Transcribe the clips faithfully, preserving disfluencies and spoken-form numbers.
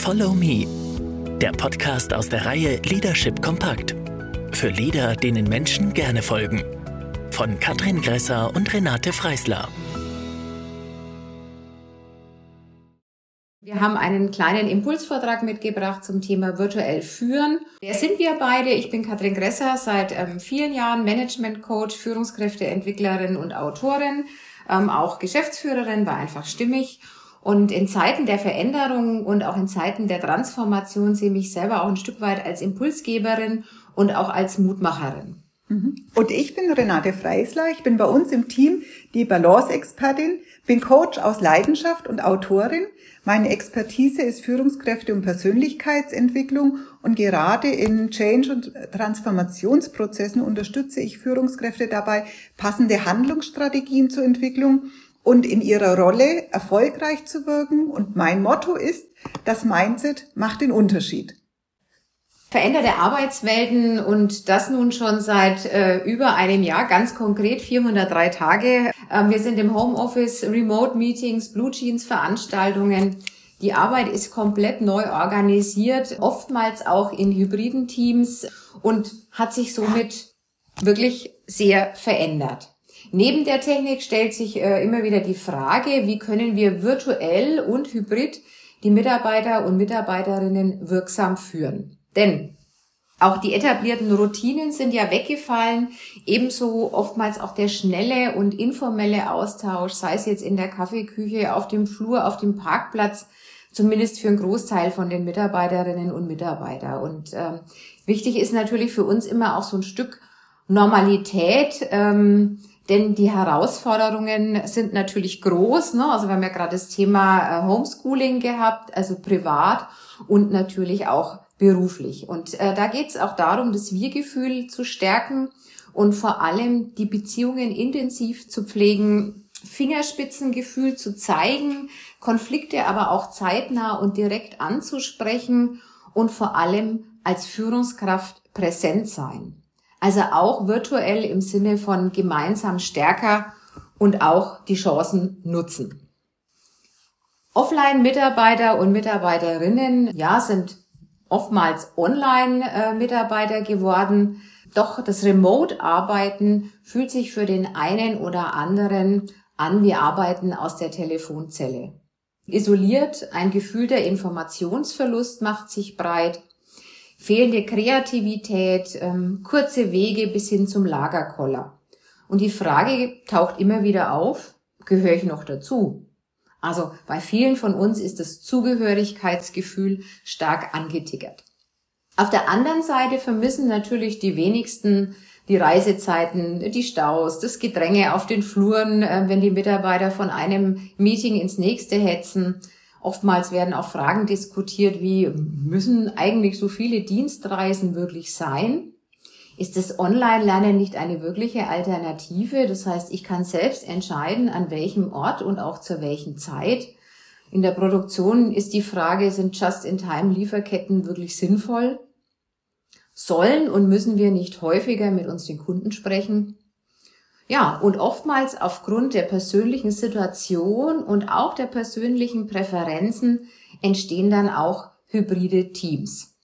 Follow Me, der Podcast aus der Reihe Leadership Kompakt. Für Leader, denen Menschen gerne folgen. Von Katrin Gresser und Renate Freisler. Wir haben einen kleinen Impulsvortrag mitgebracht zum Thema virtuell führen. Wer sind wir beide? Ich bin Katrin Gresser, seit ähm, vielen Jahren Management-Coach, Führungskräfteentwicklerin und Autorin, ähm, auch Geschäftsführerin bei Einfach Stimmig. Und in Zeiten der Veränderung und auch in Zeiten der Transformation sehe ich mich selber auch ein Stück weit als Impulsgeberin und auch als Mutmacherin. Und ich bin Renate Freisler, ich bin bei uns im Team die Balance-Expertin, bin Coach aus Leidenschaft und Autorin. Meine Expertise ist Führungskräfte- und Persönlichkeitsentwicklung und gerade in Change- und Transformationsprozessen unterstütze ich Führungskräfte dabei, passende Handlungsstrategien zur Entwicklung und in ihrer Rolle erfolgreich zu wirken. Und mein Motto ist, das Mindset macht den Unterschied. Veränderte Arbeitswelten und das nun schon seit äh, über einem Jahr, ganz konkret vierhundertdrei Tage. Ähm, wir sind im Homeoffice, Remote-Meetings, Blue Jeans-Veranstaltungen. Die Arbeit ist komplett neu organisiert, oftmals auch in hybriden Teams und hat sich somit wirklich sehr verändert. Neben der Technik stellt sich äh, immer wieder die Frage, wie können wir virtuell und hybrid die Mitarbeiter und Mitarbeiterinnen wirksam führen. Denn auch die etablierten Routinen sind ja weggefallen, ebenso oftmals auch der schnelle und informelle Austausch, sei es jetzt in der Kaffeeküche, auf dem Flur, auf dem Parkplatz, zumindest für einen Großteil von den Mitarbeiterinnen und Mitarbeitern. Und ähm, wichtig ist natürlich für uns immer auch so ein Stück Normalität, ähm, denn die Herausforderungen sind natürlich groß, ne? Also wir haben ja gerade das Thema äh, Homeschooling gehabt, also privat und natürlich auch beruflich. Und äh, da geht es auch darum, das Wir-Gefühl zu stärken und vor allem die Beziehungen intensiv zu pflegen, Fingerspitzengefühl zu zeigen, Konflikte aber auch zeitnah und direkt anzusprechen und vor allem als Führungskraft präsent sein. Also auch virtuell im Sinne von gemeinsam stärker und auch die Chancen nutzen. Offline-Mitarbeiter und Mitarbeiterinnen, ja, sind oftmals Online-Mitarbeiter geworden. Doch das Remote-Arbeiten fühlt sich für den einen oder anderen an wie Arbeiten aus der Telefonzelle. Isoliert, ein Gefühl der Informationsverlust macht sich breit. Fehlende Kreativität, ähm, kurze Wege bis hin zum Lagerkoller. Und die Frage taucht immer wieder auf, gehöre ich noch dazu? Also bei vielen von uns ist das Zugehörigkeitsgefühl stark angetickert. Auf der anderen Seite vermissen natürlich die wenigsten die Reisezeiten, die Staus, das Gedränge auf den Fluren, äh, wenn die Mitarbeiter von einem Meeting ins nächste hetzen. Oftmals werden auch Fragen diskutiert wie, müssen eigentlich so viele Dienstreisen wirklich sein? Ist das Online-Lernen nicht eine wirkliche Alternative? Das heißt, ich kann selbst entscheiden, an welchem Ort und auch zu welchen Zeit. In der Produktion ist die Frage, sind Just-in-Time-Lieferketten wirklich sinnvoll? Sollen und müssen wir nicht häufiger mit unseren Kunden sprechen? Ja, und oftmals aufgrund der persönlichen Situation und auch der persönlichen Präferenzen entstehen dann auch hybride Teams.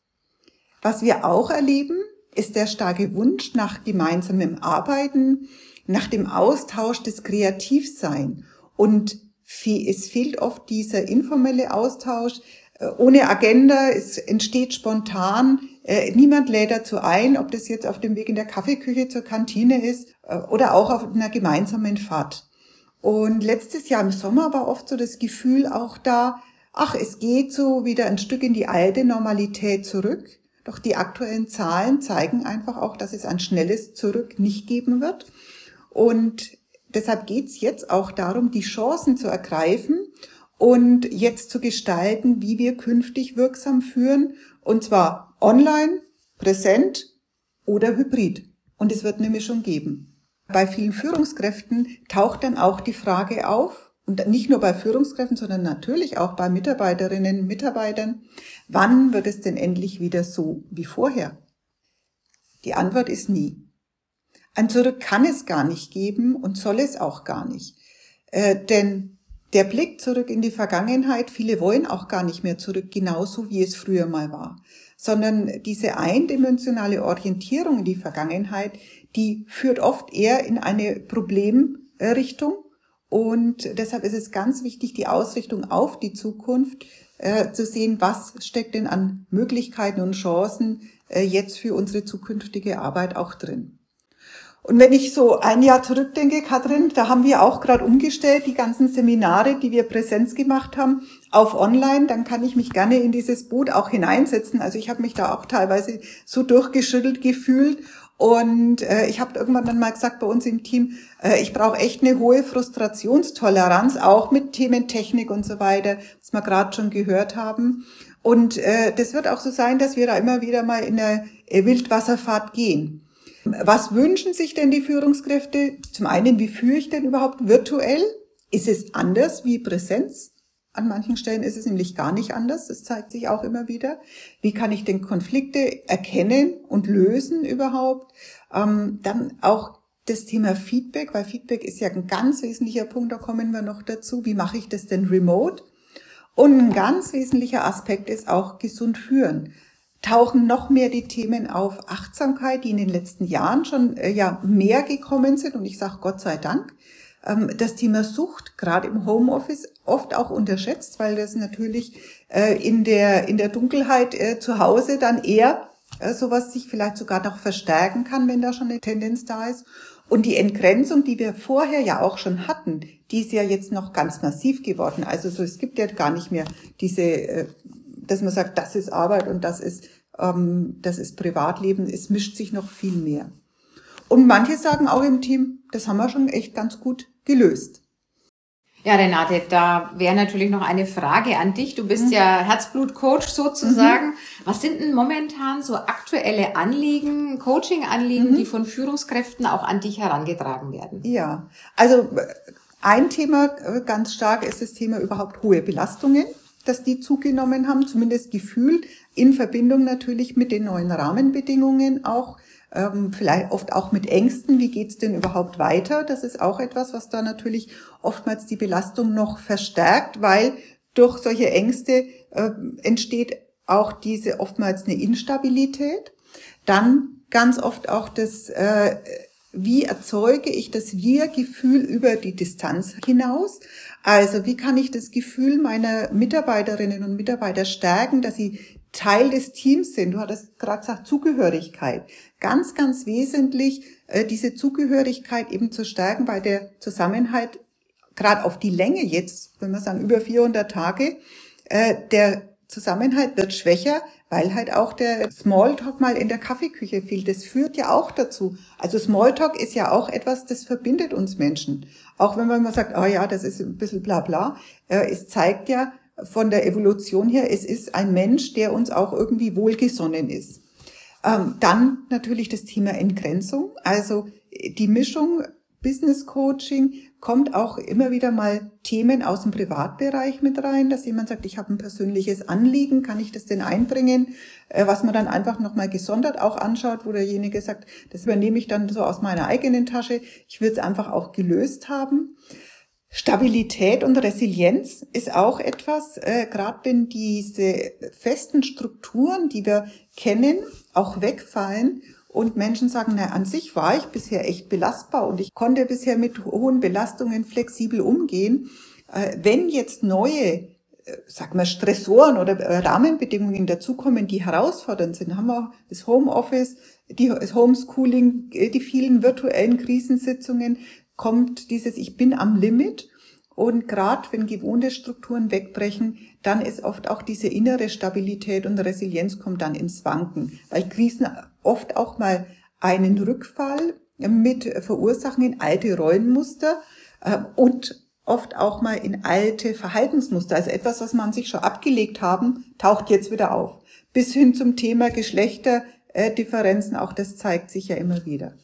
Was wir auch erleben, ist der starke Wunsch nach gemeinsamem Arbeiten, nach dem Austausch des Kreativsein. Und es fehlt oft dieser informelle Austausch, ohne Agenda, es entsteht spontan. Niemand lädt dazu ein, ob das jetzt auf dem Weg in der Kaffeeküche zur Kantine ist oder auch auf einer gemeinsamen Fahrt. Und letztes Jahr im Sommer war oft so das Gefühl auch da, ach, es geht so wieder ein Stück in die alte Normalität zurück. Doch die aktuellen Zahlen zeigen einfach auch, dass es ein schnelles Zurück nicht geben wird. Und deshalb geht es jetzt auch darum, die Chancen zu ergreifen und jetzt zu gestalten, wie wir künftig wirksam führen. Und zwar online, präsent oder hybrid. Und es wird eine Mischung geben. Bei vielen Führungskräften taucht dann auch die Frage auf, und nicht nur bei Führungskräften, sondern natürlich auch bei Mitarbeiterinnen und Mitarbeitern, wann wird es denn endlich wieder so wie vorher? Die Antwort ist nie. Ein Zurück kann es gar nicht geben und soll es auch gar nicht. Äh, denn der Blick zurück in die Vergangenheit, viele wollen auch gar nicht mehr zurück, genauso wie es früher mal war, sondern diese eindimensionale Orientierung in die Vergangenheit, die führt oft eher in eine Problemrichtung. Und deshalb ist es ganz wichtig, die Ausrichtung auf die Zukunft äh, zu sehen, was steckt denn an Möglichkeiten und Chancen äh, jetzt für unsere zukünftige Arbeit auch drin. Und wenn ich so ein Jahr zurückdenke, Katrin, da haben wir auch gerade umgestellt, die ganzen Seminare, die wir Präsenz gemacht haben, auf online. Dann kann ich mich gerne in dieses Boot auch hineinsetzen. Also ich habe mich da auch teilweise so durchgeschüttelt gefühlt. Und äh, ich habe irgendwann dann mal gesagt bei uns im Team, äh, ich brauche echt eine hohe Frustrationstoleranz, auch mit Themen Technik und so weiter, was wir gerade schon gehört haben. Und äh, das wird auch so sein, dass wir da immer wieder mal in eine Wildwasserfahrt gehen. Was wünschen sich denn die Führungskräfte? Zum einen, wie führe ich denn überhaupt virtuell? Ist es anders wie Präsenz? An manchen Stellen ist es nämlich gar nicht anders. Das zeigt sich auch immer wieder. Wie kann ich denn Konflikte erkennen und lösen überhaupt? Ähm, dann auch das Thema Feedback, weil Feedback ist ja ein ganz wesentlicher Punkt, da kommen wir noch dazu. Wie mache ich das denn remote? Und ein ganz wesentlicher Aspekt ist auch gesund führen. Tauchen noch mehr die Themen auf Achtsamkeit, die in den letzten Jahren schon äh, ja mehr gekommen sind. Und ich sage Gott sei Dank. Ähm, das Thema Sucht, gerade im Homeoffice, oft auch unterschätzt, weil das natürlich äh, in der in der Dunkelheit äh, zu Hause dann eher äh, sowas sich vielleicht sogar noch verstärken kann, wenn da schon eine Tendenz da ist. Und die Entgrenzung, die wir vorher ja auch schon hatten, die ist ja jetzt noch ganz massiv geworden. Also so, es gibt ja gar nicht mehr diese, äh, dass man sagt, das ist Arbeit und das ist ähm, das ist Privatleben. Es mischt sich noch viel mehr. Und manche sagen auch im Team, das haben wir schon echt ganz gut gelöst. Ja, Renate, da wäre natürlich noch eine Frage an dich. Du bist mhm. ja Herzblut-Coach sozusagen. Mhm. Was sind denn momentan so aktuelle Anliegen, Coaching-Anliegen, mhm. die von Führungskräften auch an dich herangetragen werden? Ja, also ein Thema ganz stark ist das Thema überhaupt hohe Belastungen, dass die zugenommen haben, zumindest gefühlt, in Verbindung natürlich mit den neuen Rahmenbedingungen auch. Ähm, vielleicht oft auch mit Ängsten, wie geht's denn überhaupt weiter? Das ist auch etwas, was da natürlich oftmals die Belastung noch verstärkt, weil durch solche Ängste äh, entsteht auch diese oftmals eine Instabilität. Dann ganz oft auch das, äh, wie erzeuge ich das Wir-Gefühl über die Distanz hinaus? Also wie kann ich das Gefühl meiner Mitarbeiterinnen und Mitarbeiter stärken, dass sie Teil des Teams sind? Du hattest gerade gesagt, Zugehörigkeit. Ganz, ganz wesentlich, äh, diese Zugehörigkeit eben zu stärken bei der Zusammenhalt, gerade auf die Länge jetzt, wenn wir sagen über vierhundert Tage, äh, der Zusammenhalt wird schwächer, weil halt auch der Smalltalk mal in der Kaffeeküche fehlt. Das führt ja auch dazu. Also Smalltalk ist ja auch etwas, das verbindet uns Menschen. Auch wenn man mal sagt, oh ja, das ist ein bisschen bla bla. Äh, es zeigt ja von der Evolution her, es ist ein Mensch, der uns auch irgendwie wohlgesonnen ist. Ähm, dann natürlich das Thema Entgrenzung. Also die Mischung Business Coaching kommt auch immer wieder mal Themen aus dem Privatbereich mit rein, dass jemand sagt, ich habe ein persönliches Anliegen, kann ich das denn einbringen? Äh, was man dann einfach nochmal gesondert auch anschaut, wo derjenige sagt, das übernehme ich dann so aus meiner eigenen Tasche. Ich will es einfach auch gelöst haben. Stabilität und Resilienz ist auch etwas, äh, gerade wenn diese festen Strukturen, die wir kennen, auch wegfallen und Menschen sagen, na, an sich war ich bisher echt belastbar und ich konnte bisher mit hohen Belastungen flexibel umgehen. Äh, wenn jetzt neue, äh, sag mal, Stressoren oder Rahmenbedingungen dazukommen, die herausfordernd sind, haben wir das Homeoffice, die, das Homeschooling, die vielen virtuellen Krisensitzungen, kommt dieses Ich bin am Limit. Und gerade wenn gewohnte Strukturen wegbrechen, dann ist oft auch diese innere Stabilität und Resilienz kommt dann ins Wanken. Weil Krisen oft auch mal einen Rückfall mit verursachen in alte Rollenmuster äh, und oft auch mal in alte Verhaltensmuster. Also etwas, was man sich schon abgelegt haben, taucht jetzt wieder auf. Bis hin zum Thema Geschlechterdifferenzen, auch das zeigt sich ja immer wieder.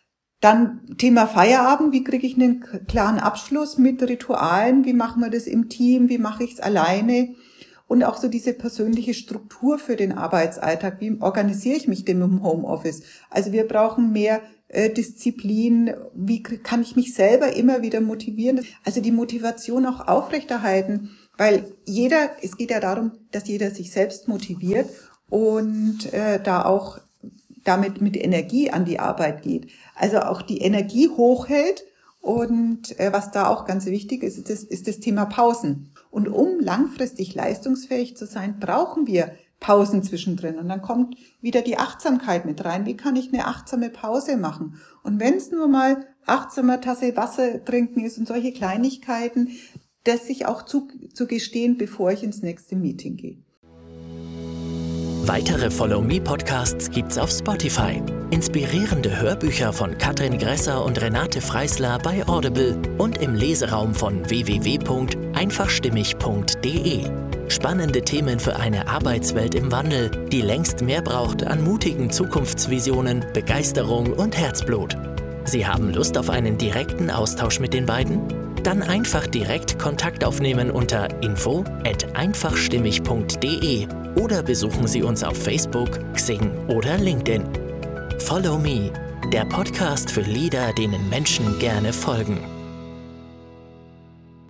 Dann Thema Feierabend, wie kriege ich einen klaren Abschluss mit Ritualen, wie machen wir das im Team, wie mache ich es alleine und auch so diese persönliche Struktur für den Arbeitsalltag, wie organisiere ich mich denn im Homeoffice. Also wir brauchen mehr Disziplin, wie kann ich mich selber immer wieder motivieren, also die Motivation auch aufrechterhalten, weil jeder, es geht ja darum, dass jeder sich selbst motiviert und äh, da auch damit mit Energie an die Arbeit geht, also auch die Energie hochhält. Und äh, was da auch ganz wichtig ist, ist das, ist das Thema Pausen. Und um langfristig leistungsfähig zu sein, brauchen wir Pausen zwischendrin. Und dann kommt wieder die Achtsamkeit mit rein. Wie kann ich eine achtsame Pause machen? Und wenn es nur mal achtsamer Tasse Wasser trinken ist und solche Kleinigkeiten, das sich auch zu, zu gestehen, bevor ich ins nächste Meeting gehe. Weitere Follow Me Podcasts gibt's auf Spotify. Inspirierende Hörbücher von Katrin Gresser und Renate Freisler bei Audible und im Leseraum von w w w punkt einfachstimmig punkt d e. Spannende Themen für eine Arbeitswelt im Wandel, die längst mehr braucht an mutigen Zukunftsvisionen, Begeisterung und Herzblut. Sie haben Lust auf einen direkten Austausch mit den beiden? Dann einfach direkt Kontakt aufnehmen unter info at einfachstimmig punkt d e oder besuchen Sie uns auf Facebook, Xing oder LinkedIn. Follow Me, der Podcast für Leader, denen Menschen gerne folgen.